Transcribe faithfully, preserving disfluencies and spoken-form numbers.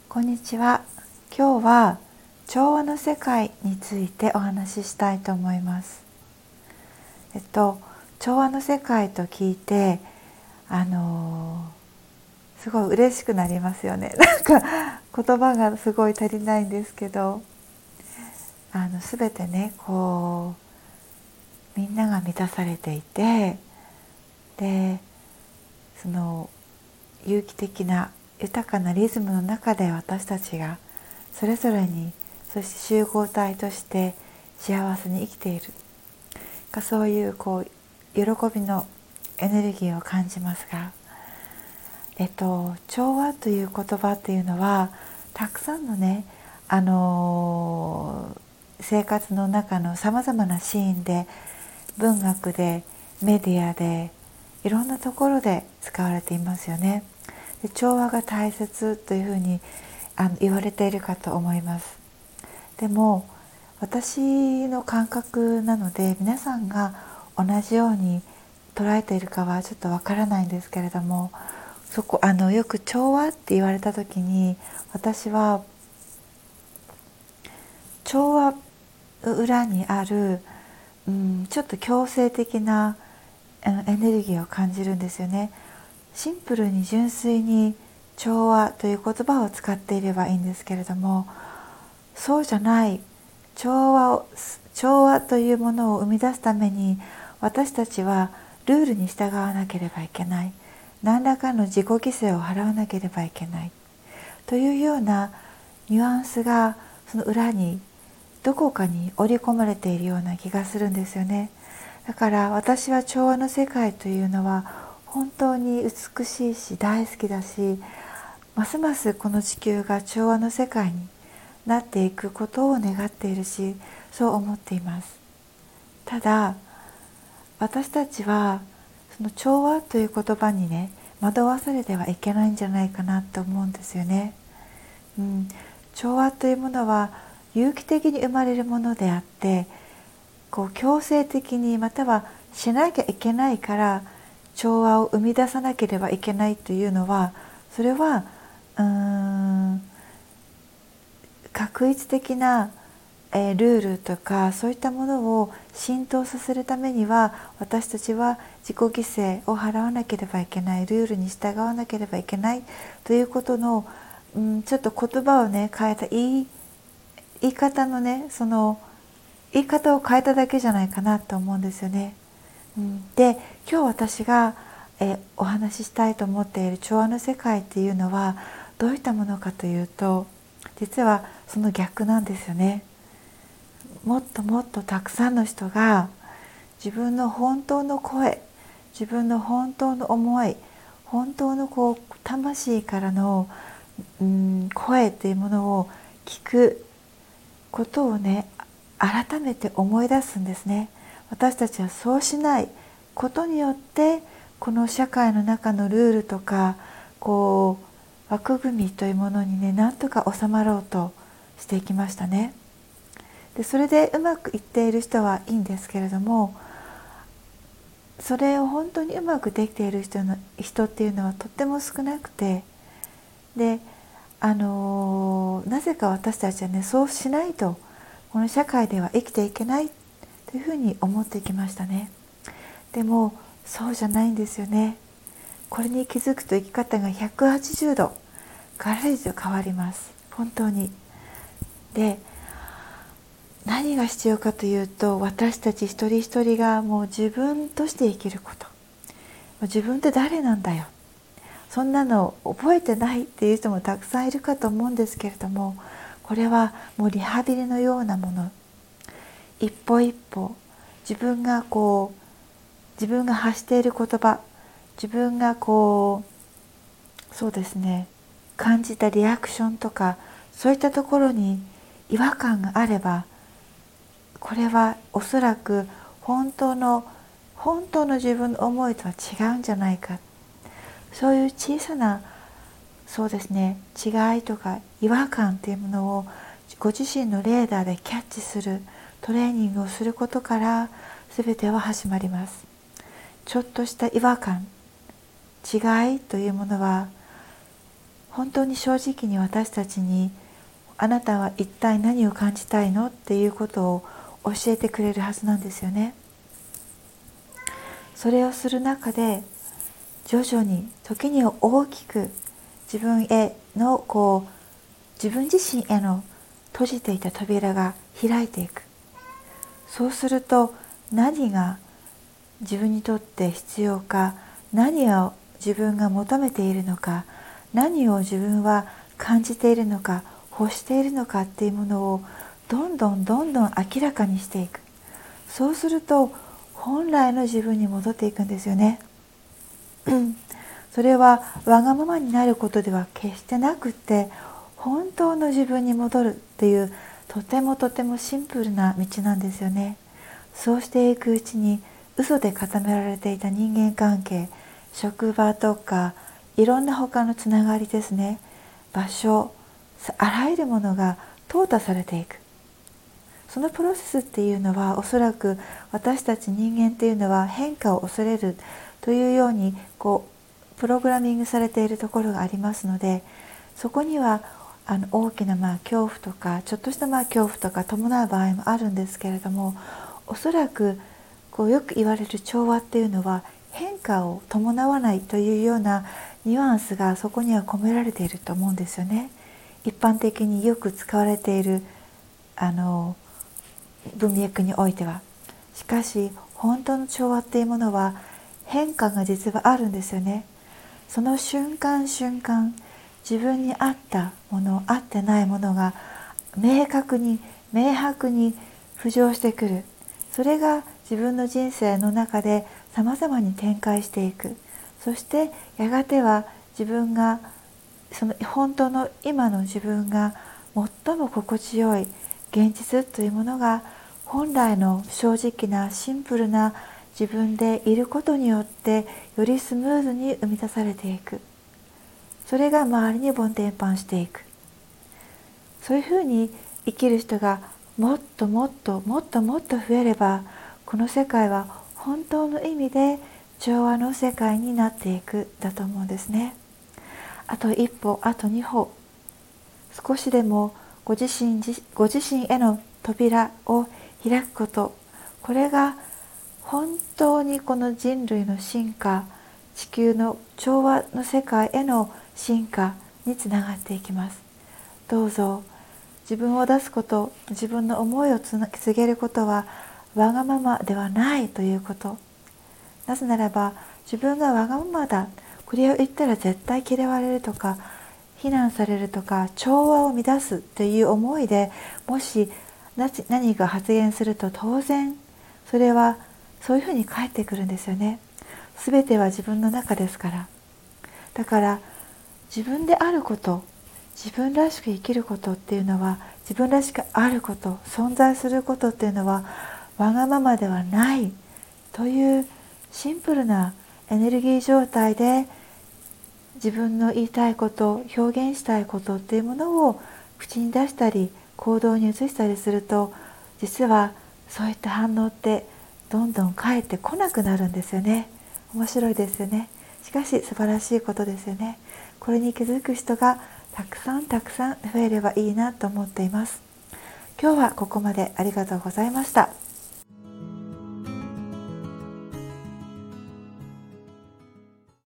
こんにちは。今日は調和の世界についてお話ししたいと思います。えっと調和の世界と聞いてあのー、すごい嬉しくなりますよね。なんか言葉がすごい足りないんですけど、あの全てねこうみんなが満たされていて、でその有機的な豊かなリズムの中で私たちがそれぞれに、そして集合体として幸せに生きている、そういうこう喜びのエネルギーを感じますが、えっと、調和という言葉っていうのはたくさんのね、あのー生活の中のさまざまなシーンで、文学でメディアでいろんなところで使われていますよね。で調和が大切というふうにあの言われているかと思います。でも私の感覚なので皆さんが同じように捉えているかはちょっとわからないんですけれども、そこあのよく調和って言われた時に、私は調和裏にある、うん、ちょっと強制的なエネルギーを感じるんですよね。シンプルに純粋に調和という言葉を使っていればいいんですけれども、そうじゃない、調和を調和というものを生み出すために私たちはルールに従わなければいけない、何らかの自己犠牲を払わなければいけないというようなニュアンスがその裏にどこかに織り込まれているような気がするんですよね。だから私は調和の世界というのは本当に美しいし大好きだし、ますますこの地球が調和の世界になっていくことを願っているし、そう思っています。ただ私たちはその調和という言葉にね惑わされてはいけないんじゃないかなと思うんですよね。うん、調和というものは有機的に生まれるものであって、こう強制的にまたはしなきゃいけないから調和を生み出さなければいけないというのは、それはうーん確一的な、えー、ルールとかそういったものを浸透させるためには、私たちは自己犠牲を払わなければいけない、ルールに従わなければいけないということの、うん、ちょっと言葉をね変えた言い言い方のねその言い方を変えただけじゃないかなと思うんですよね。うん、で今日私が、えー、お話ししたいと思っている調和の世界っていうのはどういったものかというと、実はその逆なんですよね。もっともっとたくさんの人が自分の本当の声、自分の本当の思い、本当のこう魂からの、うん、声というものを聞くことをね改めて思い出すんですね。私たちはそうしないことによってこの社会の中のルールとかこう枠組みというものにねなんとか収まろうとしていきましたね。でそれでうまくいっている人はいいんですけれども、それを本当にうまくできている人の人っていうのはとっても少なくて、であのー、なぜか私たちはねそうしないとこの社会では生きていけないというふうに思ってきましたね。でもそうじゃないんですよね。これに気づくと生き方がひゃくはちじゅうどガラリと変わります、本当に。で何が必要かというと、私たち一人一人がもう自分として生きること。自分って誰なんだよ、そんなの覚えてないっていう人もたくさんいるかと思うんですけれども、これはもうリハビリのようなもの。一歩一歩自分がこう自分が発している言葉、自分がこうそうですね感じたリアクションとか、そういったところに違和感があれば、これはおそらく本当の本当の自分の思いとは違うんじゃないか、そういう小さなそうですね違いとか違和感というものをご自身のレーダーでキャッチするトレーニングをすることから全ては始まります。ちょっとした違和感、違いというものは本当に正直に私たちにあなたは一体何を感じたいのっていうことを教えてくれるはずなんですよね。それをする中で徐々に時には大きく自分へのこう自分自身への閉じていた扉が開いていく。そうすると何が自分にとって必要か、何を自分が求めているのか、何を自分は感じているのか欲しているのかっていうものをどんどんどんどん明らかにしていく。そうすると本来の自分に戻っていくんですよね。それはわがままになることでは決してなくって、本当の自分に戻るっていうとてもとてもシンプルな道なんですよね。そうしていくうちに嘘で固められていた人間関係、職場とかいろんな他のつながりですね、場所、あらゆるものが淘汰されていく。そのプロセスっていうのはおそらく私たち人間っていうのは変化を恐れるというようにこうプログラミングされているところがありますので、そこにはあの大きなまあ恐怖とかちょっとしたまあ恐怖とか伴う場合もあるんですけれども、おそらくこうよく言われる調和っていうのは変化を伴わないというようなニュアンスがそこには込められていると思うんですよね。一般的によく使われているあの文脈においては。しかし本当の調和っていうものは変化が実はあるんですよね。その瞬間瞬間、自分に合ったもの合ってないものが明確に明白に浮上してくる。それが自分の人生の中でさまざまに展開していく。そしてやがては自分がその本当の今の自分が最も心地よい現実というものが本来の正直なシンプルな自分でいることによってよりスムーズに生み出されていく。それが周りに梵天盤していく。そういうふうに生きる人がもっともっともっともっと増えれば、この世界は本当の意味で調和の世界になっていくだと思うんですね。あと一歩あと二歩、少しでもご自身ご自身への扉を開くこと、これが本当にこの人類の進化、地球の調和の世界への進化につながっていきます。どうぞ自分を出すこと、自分の思いをつな告げることはわがままではないということ。なぜならば自分がわがままだ、これを言ったら絶対嫌われるとか非難されるとか調和を乱すという思いでもし何か発言すると、当然それはそういうふうに返ってくるんですよね。すべては自分の中ですから。だから自分であること、自分らしく生きることっていうのは、自分らしくあること、存在することっていうのはわがままではないというシンプルなエネルギー状態で自分の言いたいこと、表現したいことっていうものを口に出したり行動に移したりすると、実はそういった反応ってどんどん返ってこなくなるんですよね。面白いですよね。しかし素晴らしいことですよね。これに気づく人がたくさんたくさん増えればいいなと思っています。今日はここまでありがとうございました。